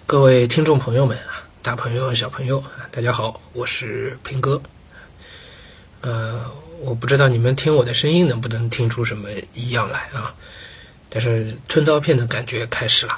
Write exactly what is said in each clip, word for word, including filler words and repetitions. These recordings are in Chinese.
各位听众朋友们啊，大朋友小朋友，大家好，我是平哥。呃，我不知道你们听我的声音能不能听出什么异样来啊？但是吞刀片的感觉开始了。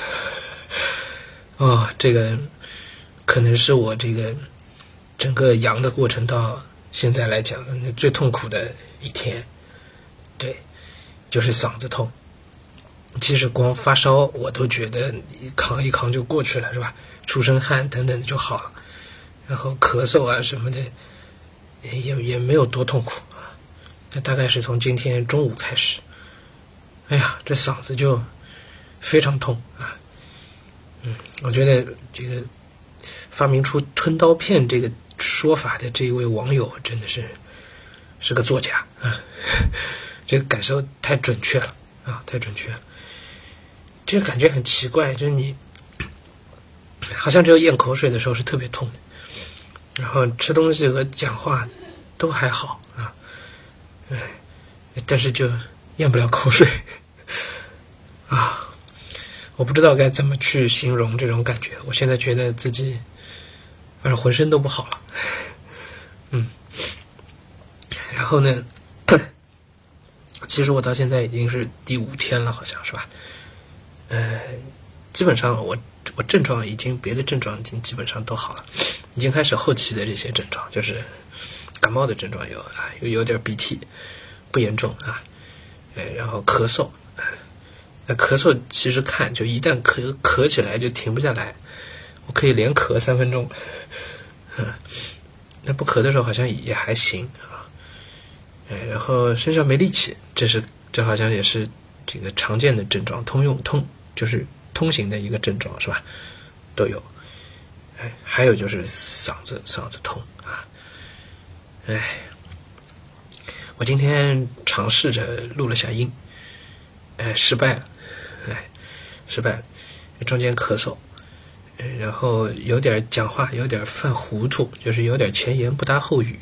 哦，这个可能是我这个整个阳的过程到现在来讲最痛苦的一天。对，就是嗓子痛。其实光发烧我都觉得一扛一扛就过去了，是吧？出身汗等等就好了。然后咳嗽啊什么的也也没有多痛苦啊。那大概是从今天中午开始，哎呀，这嗓子就非常痛啊。嗯，我觉得这个发明出吞刀片这个说法的这一位网友真的是是个作家啊，这个感受太准确了啊，太准确了。这个感觉很奇怪，就是你好像只有咽口水的时候是特别痛的，然后吃东西和讲话都还好啊，哎，但是就咽不了口水啊，我不知道该怎么去形容这种感觉。我现在觉得自己反正浑身都不好了，嗯，然后呢，其实我到现在已经是第五天了，好像是吧？呃，基本上我我症状已经别的症状已经基本上都好了，已经开始后期的这些症状，就是感冒的症状有啊，有有点鼻涕，不严重啊，呃，然后咳嗽，那咳嗽其实看就一旦咳咳起来就停不下来，我可以连咳三分钟，嗯，那不咳的时候好像也还行啊，哎，然后身上没力气，这是这好像也是这个常见的症状，通用通。就是通行的一个症状是吧？都有，哎，还有就是嗓子嗓子痛啊，哎，我今天尝试着录了下音，哎，失败了，哎，失败了，中间咳嗽，然后有点讲话有点犯糊涂，就是有点前言不搭后语，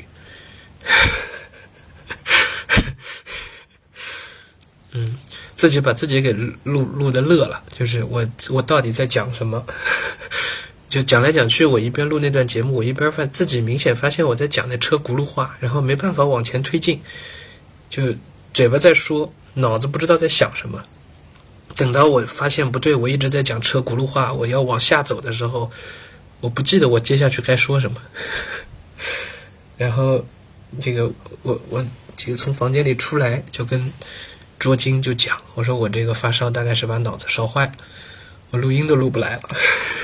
嗯。自己把自己给录录的乐了，就是我我到底在讲什么？就讲来讲去，我一边录那段节目，我一边发自己明显发现我在讲那车轱辘话，然后没办法往前推进，就嘴巴在说，脑子不知道在想什么。等到我发现不对，我一直在讲车轱辘话，我要往下走的时候，我不记得我接下去该说什么。然后这个我我这个从房间里出来就跟捉襟就讲，我说我这个发烧大概是把脑子烧坏了，我录音都录不来了。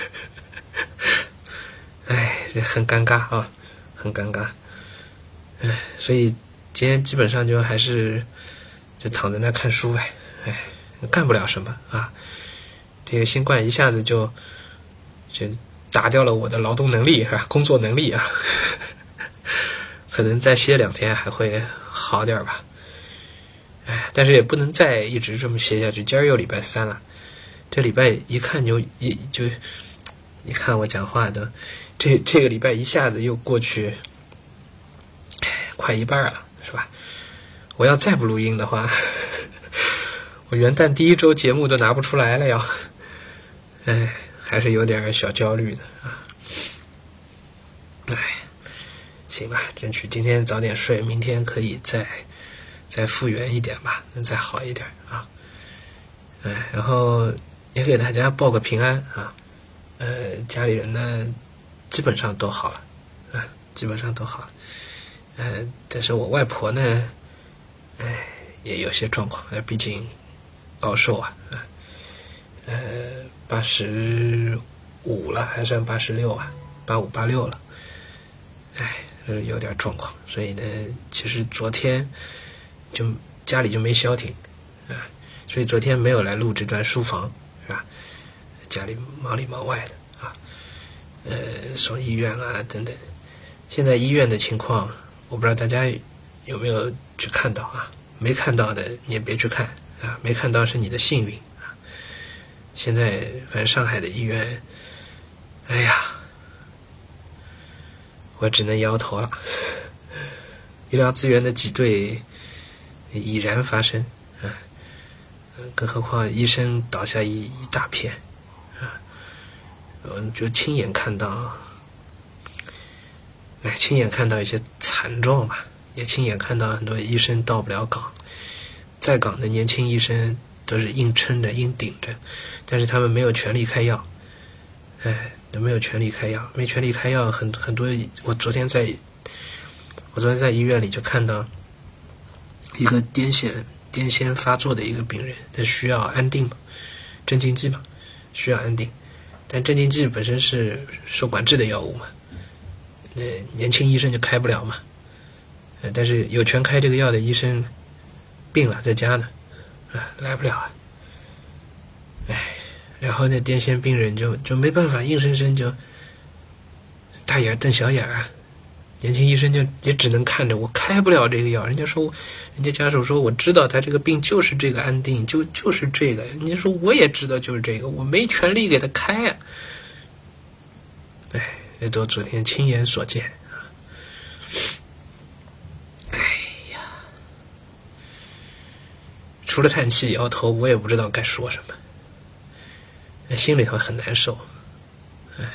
哎，这很尴尬啊，很尴尬。哎，所以今天基本上就还是就躺在那看书呗，哎，干不了什么啊。这个新冠一下子就就打掉了我的劳动能力是吧？工作能力啊，可能再歇两天还会好点吧。哎，但是也不能再一直这么歇下去。今儿又礼拜三了，这礼拜一看就一就一看我讲话的，这这个礼拜一下子又过去，快一半了，是吧？我要再不录音的话，我元旦第一周节目都拿不出来了要，哎，还是有点小焦虑的啊。哎，行吧，争取今天早点睡，明天可以再。再复原一点吧，能再好一点啊！哎，然后也给大家报个平安啊！呃，家里人呢，基本上都好了，啊，基本上都好了。呃，但是我外婆呢，哎，也有些状况，毕竟高寿啊，啊，呃，八十五了，还算八十六啊，八五八六了，哎，有点状况，所以呢，其实昨天。就家里就没消停啊，所以昨天没有来录这段书房是吧？家里忙里忙外的啊，呃，送医院啊等等。现在医院的情况，我不知道大家有没有去看到啊？没看到的你也别去看啊，没看到是你的幸运啊。现在反正上海的医院，哎呀，我只能摇头了。医疗资源的挤兑已然发生啊，更何况医生倒下一一大片啊， 嗯，就亲眼看到，哎，亲眼看到一些惨状吧，也亲眼看到很多医生到不了岗，在岗的年轻医生都是硬撑着、硬顶着，但是他们没有权利开药，哎，都没有权利开药，没权利开药，很很多。我昨天在，我昨天在医院里就看到一个癫痫癫痫发作的一个病人，他需要安定嘛，镇静剂嘛，需要安定，但镇静剂本身是受管制的药物嘛，那年轻医生就开不了嘛，呃，但是有权开这个药的医生病了，在家呢，啊，来不了啊，哎，然后那癫痫病人就就没办法，硬生生就大眼瞪小眼啊。年轻医生就也只能看着，我开不了这个药。人家说，人家家属说，我知道他这个病就是这个安定，就就是这个。人家说我也知道就是这个，我没权利给他开啊。哎，这都昨天亲眼所见啊。哎呀，除了叹气摇头，我也不知道该说什么，心里头很难受。哎。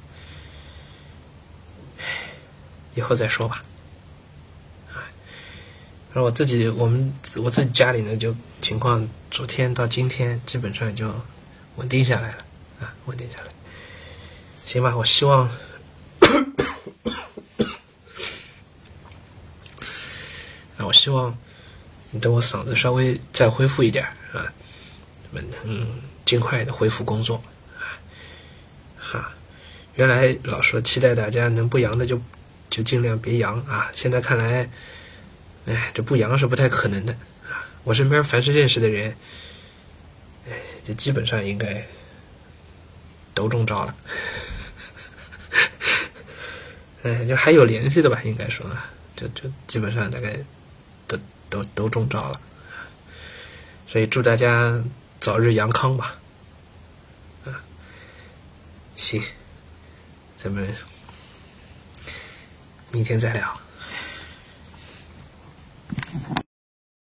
以后再说吧，啊，然后我自己，我们我自己家里呢，就情况，昨天到今天基本上就稳定下来了，啊，稳定下来，行吧，我希望，啊，我希望你等我嗓子稍微再恢复一点啊，们嗯，尽快的恢复工作，啊，哈，原来老说期待大家能不阳的就。就尽量别阳啊！现在看来，哎，这不阳是不太可能的啊！我身边凡是认识的人，哎，就基本上应该都中招了。哎，就还有联系的吧，应该说啊，就就基本上大概都都都中招了。所以祝大家早日阳康吧！啊，行，咱们。明天再聊。